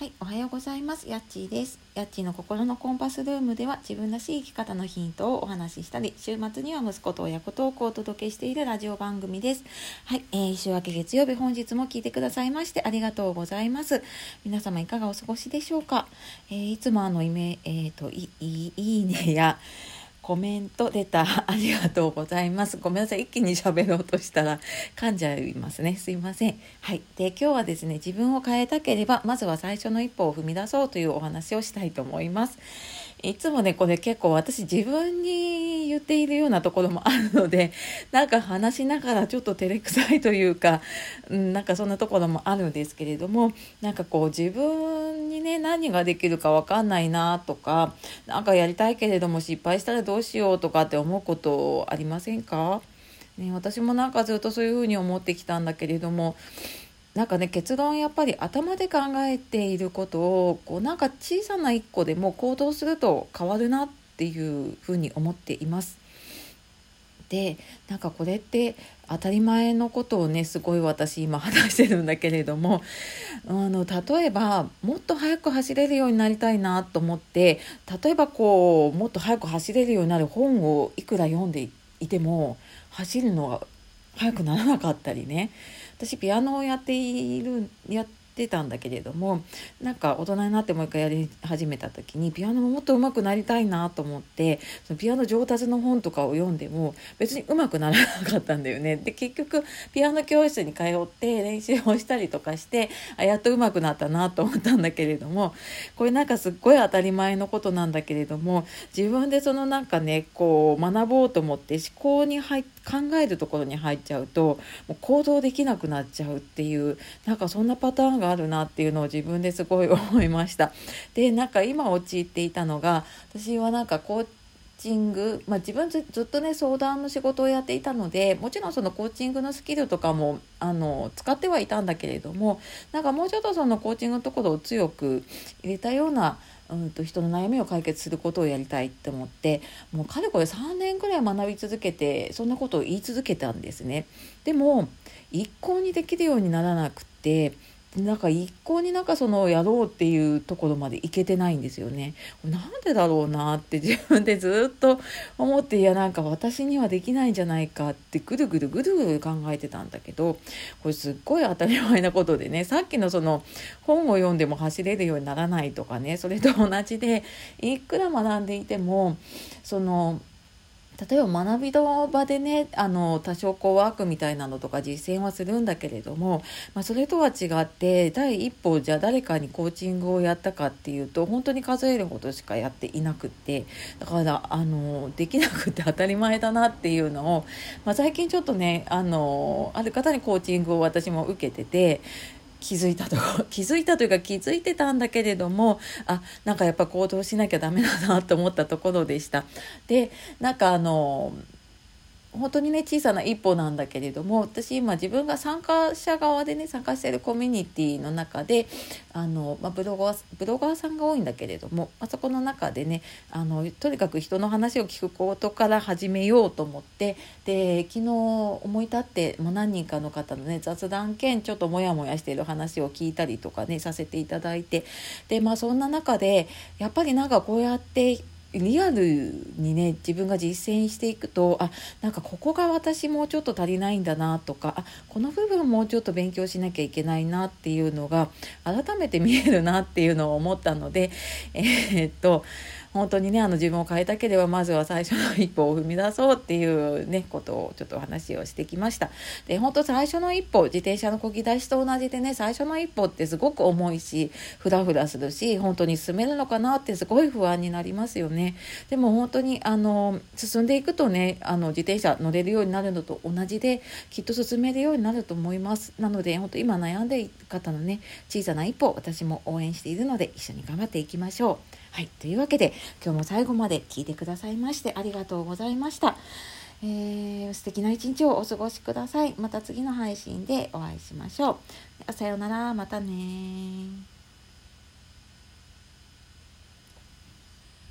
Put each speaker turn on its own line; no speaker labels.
はい、おはようございます。やっちーです。やっちーの心のコンパスルームでは自分らしい生き方のヒントをお話ししたり、週末には息子と親子トークをお届けしているラジオ番組です。はい、週明け月曜日、本日も聞いてくださいましてありがとうございます。皆様いかがお過ごしでしょうか。いつもいいねやコメント出たありがとうございます。ごめんなさい、一気に喋ろうとしたら噛んじゃいますね。すいません。はい。で、今日はですね、自分を変えたければまずは最初の一歩を踏み出そうというお話をしたいと思います。いつもね、これ結構私自分に言っているようなところもあるので、なんか話しながらちょっと照れくさいというか、なんかそんなところもあるんですけれども、なんかこう自分にね、何ができるかわかんないなとか、なんかやりたいけれども失敗したらどうしようとかって思うことありませんか？ね、私もなんかずっとそういうふうに思ってきたんだけれども、なんかね、結論やっぱり頭で考えていることをなんか小さな一個でも行動すると変わるなっていうふうに思っています。で、なんかこれって当たり前のことをね、すごい私今話してるんだけれども、例えばもっと速く走れるようになりたいなと思って、例えばもっと速く走れるようになる本をいくら読んでいても走るのが速くならなかったりね。私ピアノをやってたんだけれども、なんか大人になってもう一回やり始めた時にピアノももっと上手くなりたいなと思って、そのピアノ上達の本とかを読んでも別に上手くならなかったんだよね。で、結局ピアノ教室に通って練習をしたりとかして、やっと上手くなったなと思ったんだけれども、これなんかすっごい当たり前のことなんだけれども、自分でそのなんかね、学ぼうと思って考えるところに入っちゃうと、もう行動できなくなっちゃうっていう、なんかそんなパターンがあるなっていうのを自分ですごい思いました。で、なんか今陥っていたのが、私はなんかコーチング、自分ずっとね相談の仕事をやっていたので、もちろんそのコーチングのスキルとかも使ってはいたんだけれども、なんかもうちょっとそのコーチングのところを強く入れたような人の悩みを解決することをやりたいって思って、もうかれこれ3年くらい学び続けてそんなことを言い続けたんですね。でも一向にできるようにならなくて、なんか一向になんかそのやろうっていうところまでいけてないんですよね。なんでだろうなって自分でずっと思って、いやなんか私にはできないんじゃないかってぐるぐるぐるぐる考えてたんだけど、これすっごい当たり前なことでね、さっきのその本を読んでも走れるようにならないとかね、それと同じで、いくら学んでいてもその例えば学びの場でね、多少ワークみたいなのとか実践はするんだけれども、それとは違って第一歩じゃあ誰かにコーチングをやったかっていうと、本当に数えるほどしかやっていなくって、だからできなくて当たり前だなっていうのを、最近ちょっとね、ある方にコーチングを私も受けてて、気づいたというか気づいてたんだけれども、なんかやっぱ行動しなきゃダメだなと思ったところでした。で、なんか本当にね小さな一歩なんだけれども、私今自分が参加者側でね参加しているコミュニティの中でブロガーさんが多いんだけれども、そこの中でねとにかく人の話を聞くことから始めようと思って、で昨日思い立って何人かの方のね雑談兼ちょっとモヤモヤしている話を聞いたりとかねさせていただいて、でそんな中でやっぱりなんかこうやってリアルにね自分が実践していくと、なんかここが私もうちょっと足りないんだなとか、この部分もうちょっと勉強しなきゃいけないなっていうのが改めて見えるなっていうのを思ったので、本当にね自分を変えたければまずは最初の一歩を踏み出そうっていうねことをちょっとお話をしてきました。で、本当最初の一歩、自転車の漕ぎ出しと同じでね、最初の一歩ってすごく重いしフラフラするし、本当に進めるのかなってすごい不安になりますよね。でも本当に進んでいくとね自転車乗れるようになるのと同じで、きっと進めるようになると思います。なので本当今悩んでいる方のね小さな一歩、私も応援しているので一緒に頑張っていきましょう。はい、というわけで今日も最後まで聞いてくださいましてありがとうございました。素敵な一日をお過ごしください。また次の配信でお会いしましょう。さようなら、またね。